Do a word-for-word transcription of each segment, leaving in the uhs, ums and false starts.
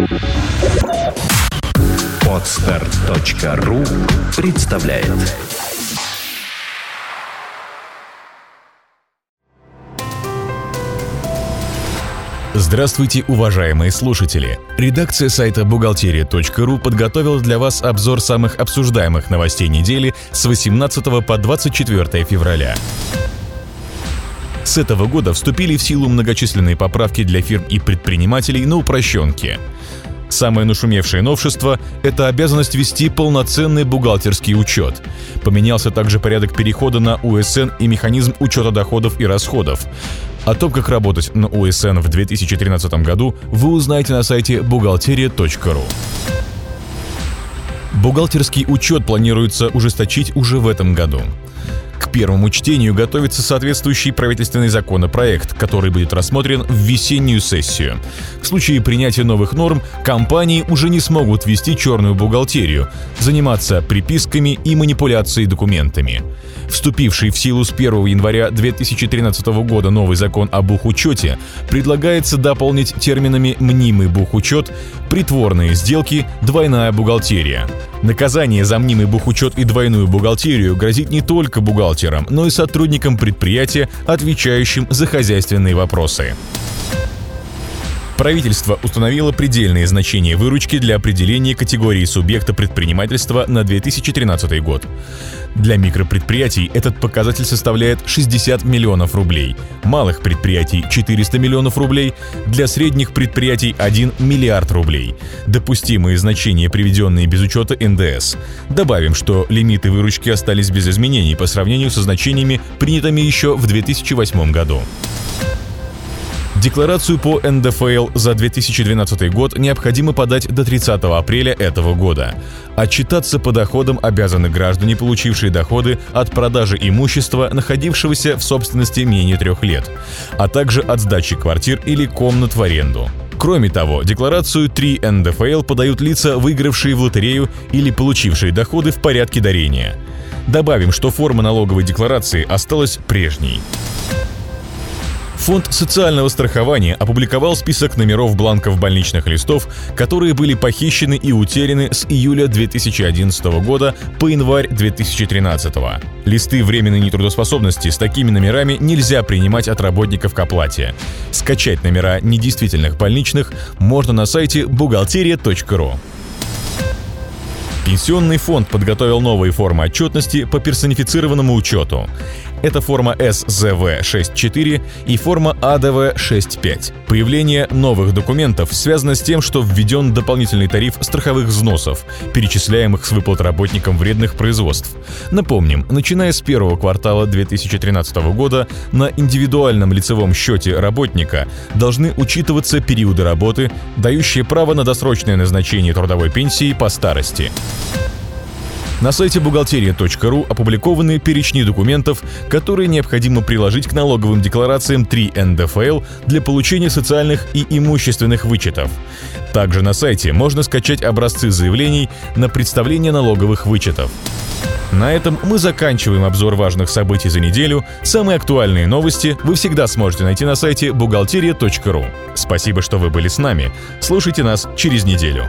Подстер точка ру представляет. Здравствуйте, уважаемые слушатели! Редакция сайта бухгалтерия точка ру подготовила для вас обзор самых обсуждаемых новостей недели с восемнадцатого по двадцать четвёртое февраля. С этого года вступили в силу многочисленные поправки для фирм и предпринимателей на упрощенке. Самое нашумевшее новшество – это обязанность вести полноценный бухгалтерский учет. Поменялся также порядок перехода на У Эс Эн и механизм учета доходов и расходов. О том, как работать на У Эс Эн в две тысячи тринадцатом году, вы узнаете на сайте бухгалтерия точка ру. Бухгалтерский учет планируется ужесточить уже в этом году. К первому чтению готовится соответствующий правительственный законопроект, который будет рассмотрен в весеннюю сессию. В случае принятия новых норм компании уже не смогут вести черную бухгалтерию, заниматься приписками и манипуляцией документами. Вступивший в силу с первого января две тысячи тринадцатого года новый закон о бухучете предлагается дополнить терминами «мнимый бухучет», «притворные сделки», «двойная бухгалтерия». Наказание за мнимый бухучет и двойную бухгалтерию грозит не только бухгалтерам, но и сотрудникам предприятия, отвечающим за хозяйственные вопросы. Правительство установило предельные значения выручки для определения категории субъекта предпринимательства на две тысячи тринадцатый год. Для микропредприятий этот показатель составляет шестьдесят миллионов рублей, малых предприятий – четыреста миллионов рублей, для средних предприятий – один миллиард рублей. Допустимые значения, приведенные без учета Эн Дэ Эс. Добавим, что лимиты выручки остались без изменений по сравнению со значениями, принятыми еще в две тысячи восьмом году. Декларацию по Эн Дэ Эф Эл за две тысячи двенадцатый год необходимо подать до тридцатого апреля этого года. Отчитаться по доходам обязаны граждане, получившие доходы от продажи имущества, находившегося в собственности менее трех лет, а также от сдачи квартир или комнат в аренду. Кроме того, декларацию три Эн Дэ Эф Эл подают лица, выигравшие в лотерею или получившие доходы в порядке дарения. Добавим, что форма налоговой декларации осталась прежней. Фонд социального страхования опубликовал список номеров бланков больничных листов, которые были похищены и утеряны с июля две тысячи одиннадцатого года по январь две тысячи тринадцатого. Листы временной нетрудоспособности с такими номерами нельзя принимать от работников к оплате. Скачать номера недействительных больничных можно на сайте бухгалтерия точка ру. Пенсионный фонд подготовил новые формы отчетности по персонифицированному учету. Это форма Эс Зэ Вэ шесть четыре и форма А Дэ Вэ шесть пять. Появление новых документов связано с тем, что введен дополнительный тариф страховых взносов, перечисляемых с выплат работникам вредных производств. Напомним, начиная с первого квартала две тысячи тринадцатого года на индивидуальном лицевом счете работника должны учитываться периоды работы, дающие право на досрочное назначение трудовой пенсии по старости. На сайте бухгалтерия точка ру опубликованы перечни документов, которые необходимо приложить к налоговым декларациям три Эн Дэ Эф Эл для получения социальных и имущественных вычетов. Также на сайте можно скачать образцы заявлений на представление налоговых вычетов. На этом мы заканчиваем обзор важных событий за неделю. Самые актуальные новости вы всегда сможете найти на сайте бухгалтерия точка ру. Спасибо, что вы были с нами. Слушайте нас через неделю.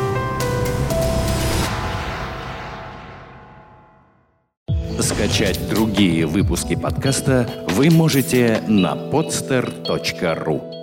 Скачать другие выпуски подкаста вы можете на подстер точка ру.